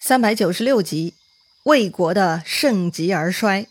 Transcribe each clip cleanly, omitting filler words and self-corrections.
396集，魏国的盛极而衰。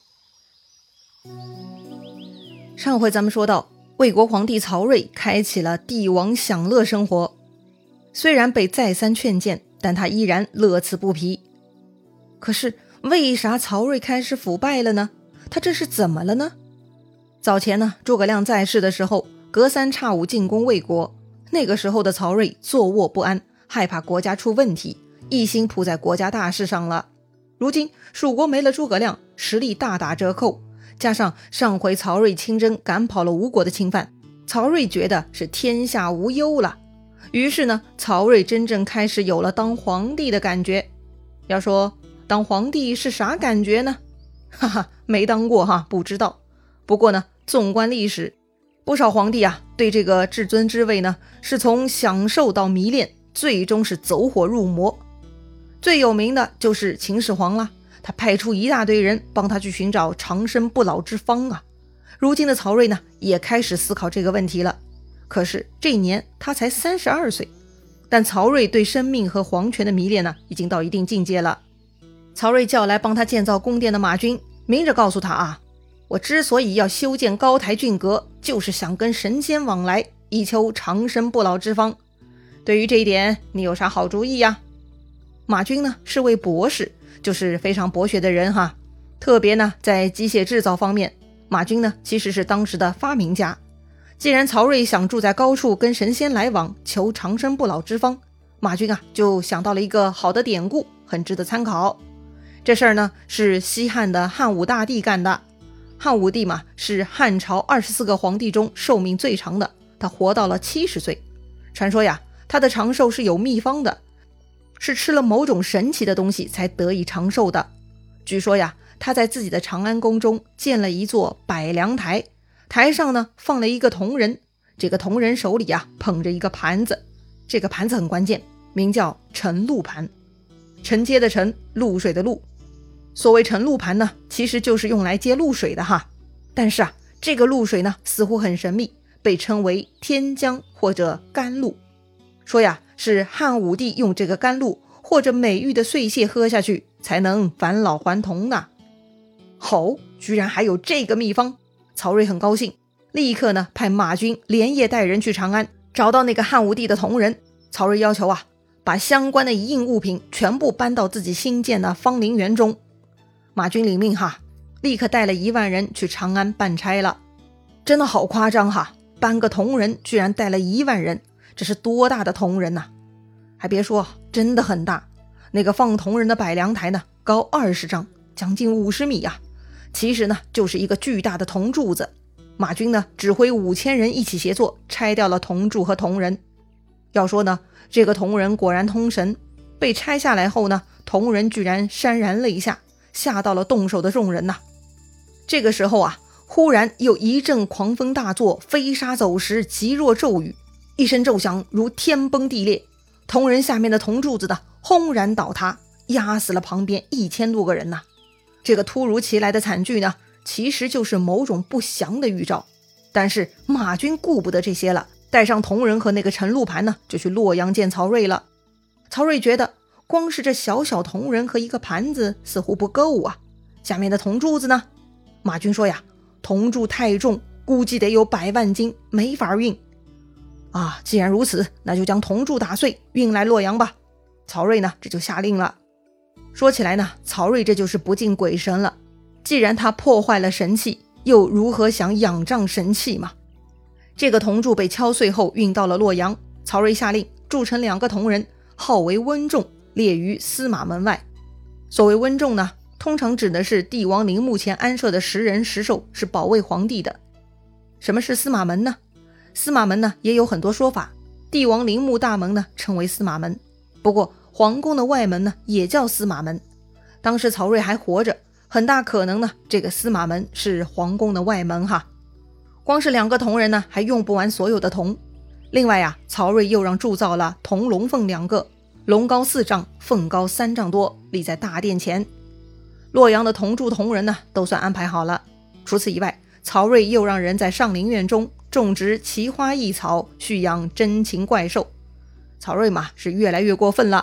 上回咱们说到，魏国皇帝曹睿开启了帝王享乐生活，虽然被再三劝谏，但他依然乐此不疲。可是为啥曹睿开始腐败了呢？他这是怎么了呢？早前呢，诸葛亮在世的时候，隔三差五进攻魏国，那个时候的曹睿坐卧不安，害怕国家出问题，一心扑在国家大事上了。如今蜀国没了诸葛亮，实力大打折扣，加上上回曹睿亲征赶跑了吴国的侵犯，曹睿觉得是天下无忧了。于是呢，曹睿真正开始有了当皇帝的感觉。要说当皇帝是啥感觉呢？哈哈，没当过哈，不知道。不过呢，纵观历史，不少皇帝啊，对这个至尊之位呢，是从享受到迷恋，最终是走火入魔。最有名的就是秦始皇啦，他派出一大堆人帮他去寻找长生不老之方啊。如今的曹睿呢，也开始思考这个问题了。可是这一年他才32岁，但曹睿对生命和皇权的迷恋呢，已经到一定境界了。曹睿叫来帮他建造宫殿的马军，明着告诉他啊，我之所以要修建高台峻阁，就是想跟神仙往来，以求长生不老之方。对于这一点，你有啥好主意呀？马军呢是位博士，就是非常博学的人哈。特别呢在机械制造方面，马军呢其实是当时的发明家。既然曹睿想住在高处跟神仙来往，求长生不老之方，马军啊就想到了一个好的典故，很值得参考。这事儿呢是西汉的汉武大帝干的。汉武帝嘛是汉朝24个皇帝中寿命最长的，他活到了70岁。传说呀，他的长寿是有秘方的，是吃了某种神奇的东西才得以长寿的。据说呀，他在自己的长安宫中建了一座百梁台，台上呢放了一个铜人，这个铜人手里啊捧着一个盘子，这个盘子很关键，名叫承露盘，承接的承，露水的露。所谓承露盘呢，其实就是用来接露水的哈。但是啊，这个露水呢似乎很神秘，被称为天浆或者甘露。说呀，是汉武帝用这个甘露或者美玉的碎屑喝下去，才能返老还童呢。居然还有这个秘方！曹睿很高兴，立刻呢派马军连夜带人去长安，找到那个汉武帝的铜人。曹睿要求啊，把相关的一应物品全部搬到自己新建的芳林园中。马军领命哈，立刻带了1万人去长安办差了。真的好夸张哈，搬个铜人居然带了1万人，这是多大的铜人呐！还别说，真的很大。那个放铜人的百梁台呢，高20丈，将近50米啊。其实呢，就是一个巨大的铜柱子。马军呢，指挥5000人一起协作，拆掉了铜柱和铜人。要说呢，这个铜人果然通神，被拆下来后呢，铜人居然潸然泪下，吓到了动手的众人呐。这个时候啊，忽然又一阵狂风大作，飞沙走石，极若骤雨，一声骤响如天崩地裂，铜人下面的铜柱子的轰然倒塌，压死了旁边1000多个人呐。这个突如其来的惨剧呢，其实就是某种不祥的预兆。但是马军顾不得这些了，带上铜人和那个承露盘呢，就去洛阳见曹睿了。曹睿觉得光是这小小铜人和一个盘子似乎不够啊，下面的铜柱子呢？马军说呀，铜柱太重，估计得有100万斤，没法运啊。既然如此，那就将铜柱打碎，运来洛阳吧。曹睿呢，这就下令了。说起来呢，曹睿这就是不敬鬼神了。既然他破坏了神器，又如何想仰仗神器嘛？这个铜柱被敲碎后运到了洛阳，曹睿下令铸成2个铜人，号为温仲，列于司马门外。所谓温仲呢，通常指的是帝王陵墓前安设的10人10兽，是保卫皇帝的。什么是司马门呢？司马门呢也有很多说法，帝王陵墓大门呢称为司马门，不过皇宫的外门呢也叫司马门。当时曹睿还活着，很大可能呢这个司马门是皇宫的外门哈。光是2个铜人呢还用不完所有的铜。另外啊，曹睿又让铸造了铜龙凤2个，龙高4丈，凤高3丈多，立在大殿前。洛阳的铜铸铜人呢都算安排好了。除此以外，曹睿又让人在上林苑中种植奇花异草，蓄养珍禽怪兽。曹睿嘛是越来越过分了，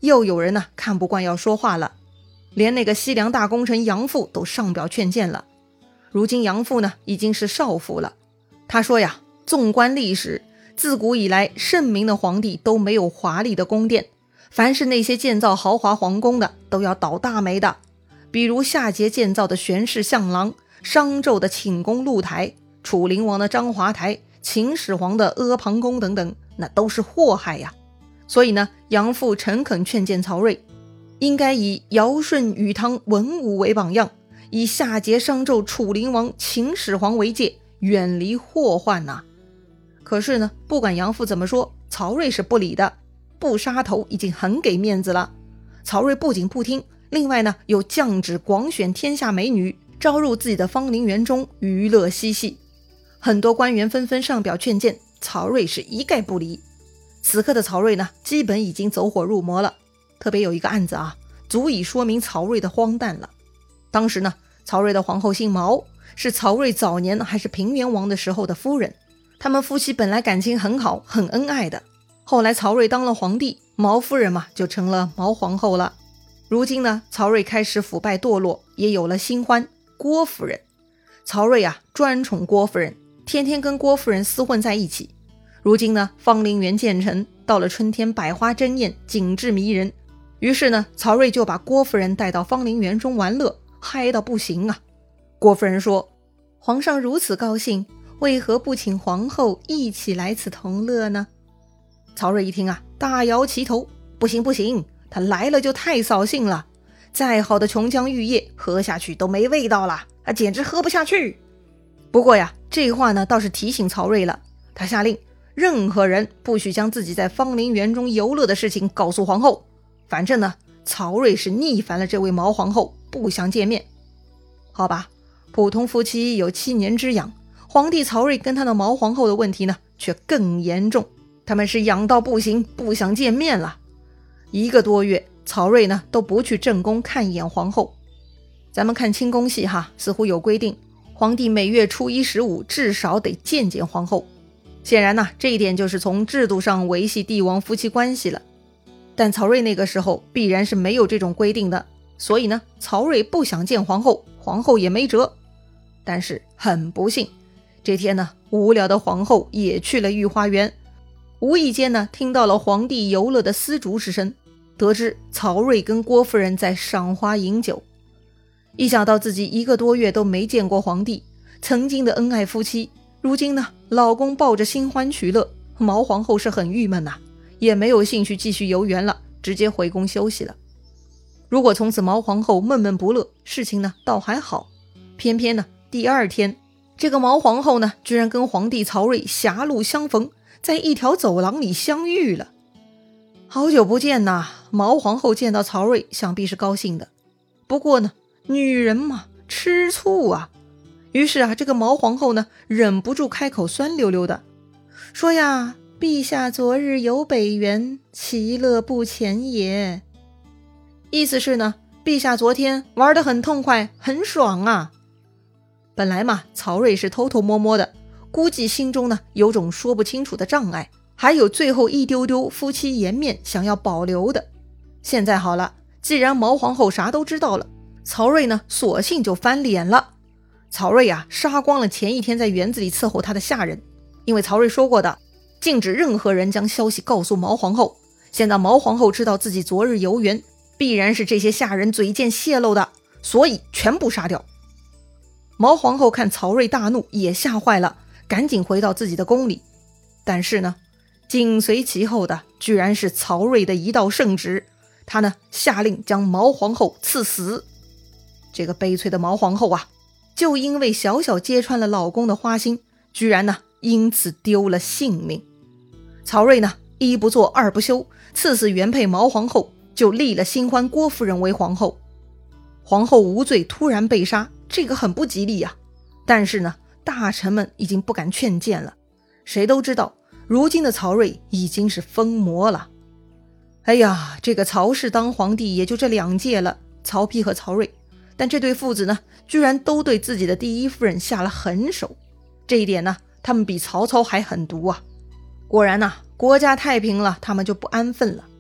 又有人呢看不惯要说话了，连那个西凉大功臣杨阜都上表劝谏了。如今杨阜呢已经是少妇了，他说呀，纵观历史，自古以来圣明的皇帝都没有华丽的宫殿，凡是那些建造豪华皇宫的都要倒大霉的，比如夏桀建造的玄氏象廊，商纣的寝宫露台，楚灵王的章华台，秦始皇的阿房宫等等，那都是祸害呀。所以呢，杨阜诚恳劝谏曹睿，应该以尧舜禹汤文武为榜样，以夏桀商纣楚灵王秦始皇为戒，远离祸患呐。可是呢，不管杨阜怎么说，曹睿是不理的，不杀头已经很给面子了。曹睿不仅不听，另外呢，又降旨广选天下美女，招入自己的芳林园中娱乐嬉戏。很多官员纷纷上表劝谏，曹睿是一概不理。此刻的曹睿呢，基本已经走火入魔了。特别有一个案子啊，足以说明曹睿的荒诞了。当时呢，曹睿的皇后姓毛，是曹睿早年还是平原王的时候的夫人。他们夫妻本来感情很好，很恩爱的。后来曹睿当了皇帝，毛夫人嘛就成了毛皇后了。如今呢，曹睿开始腐败堕落，也有了新欢郭夫人。曹睿啊，专宠郭夫人，天天跟郭夫人厮混在一起。如今呢，芳林园建成，到了春天百花争艳，景致迷人。于是呢，曹睿就把郭夫人带到芳林园中玩乐，嗨到不行啊。郭夫人说，皇上如此高兴，为何不请皇后一起来此同乐呢？曹睿一听啊，大摇其头，不行不行，他来了就太扫兴了，再好的琼浆玉液喝下去都没味道了，简直喝不下去。不过呀，这话呢倒是提醒曹睿了，他下令任何人不许将自己在芳林园中游乐的事情告诉皇后。反正呢，曹睿是逆反了这位毛皇后，不想见面。好吧，普通夫妻有7年之痒，皇帝曹睿跟他的毛皇后的问题呢却更严重，他们是痒到不行，不想见面了。1个多月，曹睿呢都不去正宫看一眼皇后。咱们看清宫戏哈，似乎有规定，皇帝每月初1、15至少得见见皇后。显然呢，这一点就是从制度上维系帝王夫妻关系了。但曹睿那个时候必然是没有这种规定的，所以呢，曹睿不想见皇后，皇后也没辙。但是很不幸，这天呢，无聊的皇后也去了御花园，无意间呢，听到了皇帝游乐的丝竹之声，得知曹睿跟郭夫人在赏花饮酒。一想到自己1个多月都没见过皇帝，曾经的恩爱夫妻，如今呢，老公抱着新欢取乐，毛皇后是很郁闷呐，也没有兴趣继续游园了，直接回宫休息了。如果从此毛皇后闷闷不乐，事情呢倒还好，偏偏呢第2天，这个毛皇后呢居然跟皇帝曹睿狭路相逢，在一条走廊里相遇了。好久不见呐，毛皇后见到曹睿想必是高兴的，不过呢，女人嘛，吃醋啊。于是啊，这个毛皇后呢忍不住开口酸溜溜的说呀，陛下昨日游北园，其乐不浅也。意思是呢，陛下昨天玩得很痛快，很爽啊。本来嘛，曹睿是偷偷摸摸的，估计心中呢有种说不清楚的障碍，还有最后一丢丢夫妻颜面想要保留的。现在好了，既然毛皇后啥都知道了，曹睿呢索性就翻脸了。曹睿啊，杀光了前一天在园子里伺候他的下人，因为曹睿说过的，禁止任何人将消息告诉毛皇后。现在毛皇后知道自己昨日游园，必然是这些下人嘴贱泄露的，所以全部杀掉。毛皇后看曹睿大怒，也吓坏了，赶紧回到自己的宫里。但是呢，紧随其后的居然是曹睿的一道圣旨，他呢下令将毛皇后赐死。这个悲催的毛皇后啊，就因为小小揭穿了老公的花心，居然呢因此丢了性命。曹睿呢一不做二不休，赐死原配毛皇后，就立了新欢郭夫人为皇后。皇后无罪突然被杀，这个很不吉利啊。但是呢，大臣们已经不敢劝谏了，谁都知道如今的曹睿已经是疯魔了。哎呀，这个曹氏当皇帝也就这2届了，曹丕和曹睿，但这对父子呢居然都对自己的第一夫人下了狠手，这一点呢他们比曹操还狠毒啊。果然呐，国家太平了，他们就不安分了。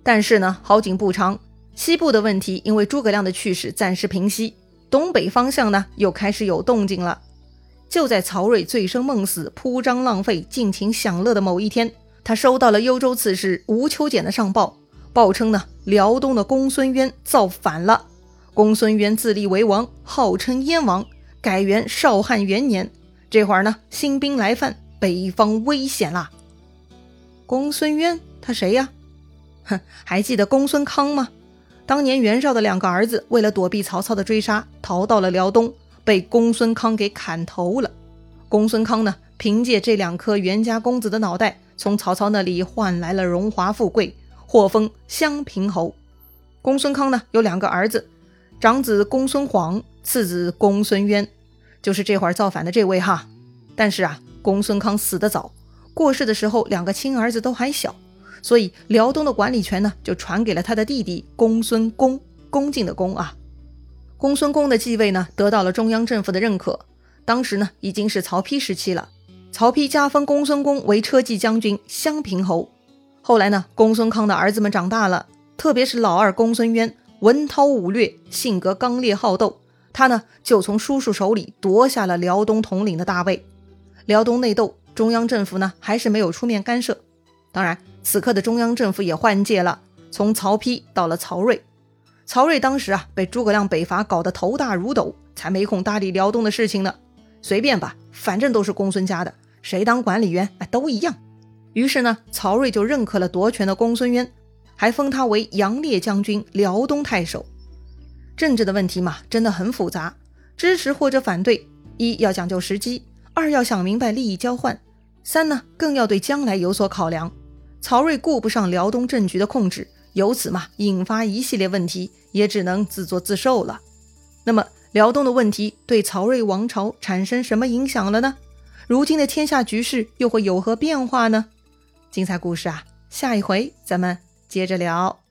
但是呢，好景不长，西部的问题因为诸葛亮的去世暂时平息，东北方向呢又开始有动静了。就在曹睿醉生梦死、铺张浪费、尽情享乐的某一天，他收到了幽州刺史吴秋俭的上报，报称呢辽东的公孙渊造反了。公孙渊自立为王，号称燕王，改元少汉元年。这会儿呢，新兵来犯，北方危险啦。公孙渊他谁呀？还记得公孙康吗？当年袁绍的2个儿子为了躲避曹操的追杀，逃到了辽东，被公孙康给砍头了。公孙康呢，凭借这2颗袁家公子的脑袋，从曹操那里换来了荣华富贵，获封襄平侯。公孙康呢，有2个儿子，长子公孙晃，次子公孙渊，就是这会儿造反的这位哈。但是啊，公孙康死得早，过世的时候2个亲儿子都还小，所以辽东的管理权呢，就传给了他的弟弟公孙恭，恭敬的恭啊。公孙恭的继位呢，得到了中央政府的认可。当时呢，已经是曹丕时期了。曹丕加封公孙恭为车骑将军、襄平侯。后来呢，公孙康的儿子们长大了，特别是老二公孙渊，文韬武略，性格刚烈好斗。他呢，就从叔叔手里夺下了辽东统领的大位。辽东内斗，中央政府呢，还是没有出面干涉。当然，此刻的中央政府也换届了，从曹丕到了曹睿。曹睿当时啊，被诸葛亮北伐搞得头大如斗，才没空搭理辽东的事情呢。随便吧，反正都是公孙家的，谁当管理员都一样。于是呢，曹睿就认可了夺权的公孙渊，还封他为杨烈将军、辽东太守。政治的问题嘛，真的很复杂，支持或者反对，一要讲究时机，二要想明白利益交换，三呢更要对将来有所考量。曹睿顾不上辽东政局的控制，由此嘛引发一系列问题，也只能自作自受了。那么辽东的问题对曹睿王朝产生什么影响了呢？如今的天下局势又会有何变化呢？精彩故事啊，下一回咱们接着聊。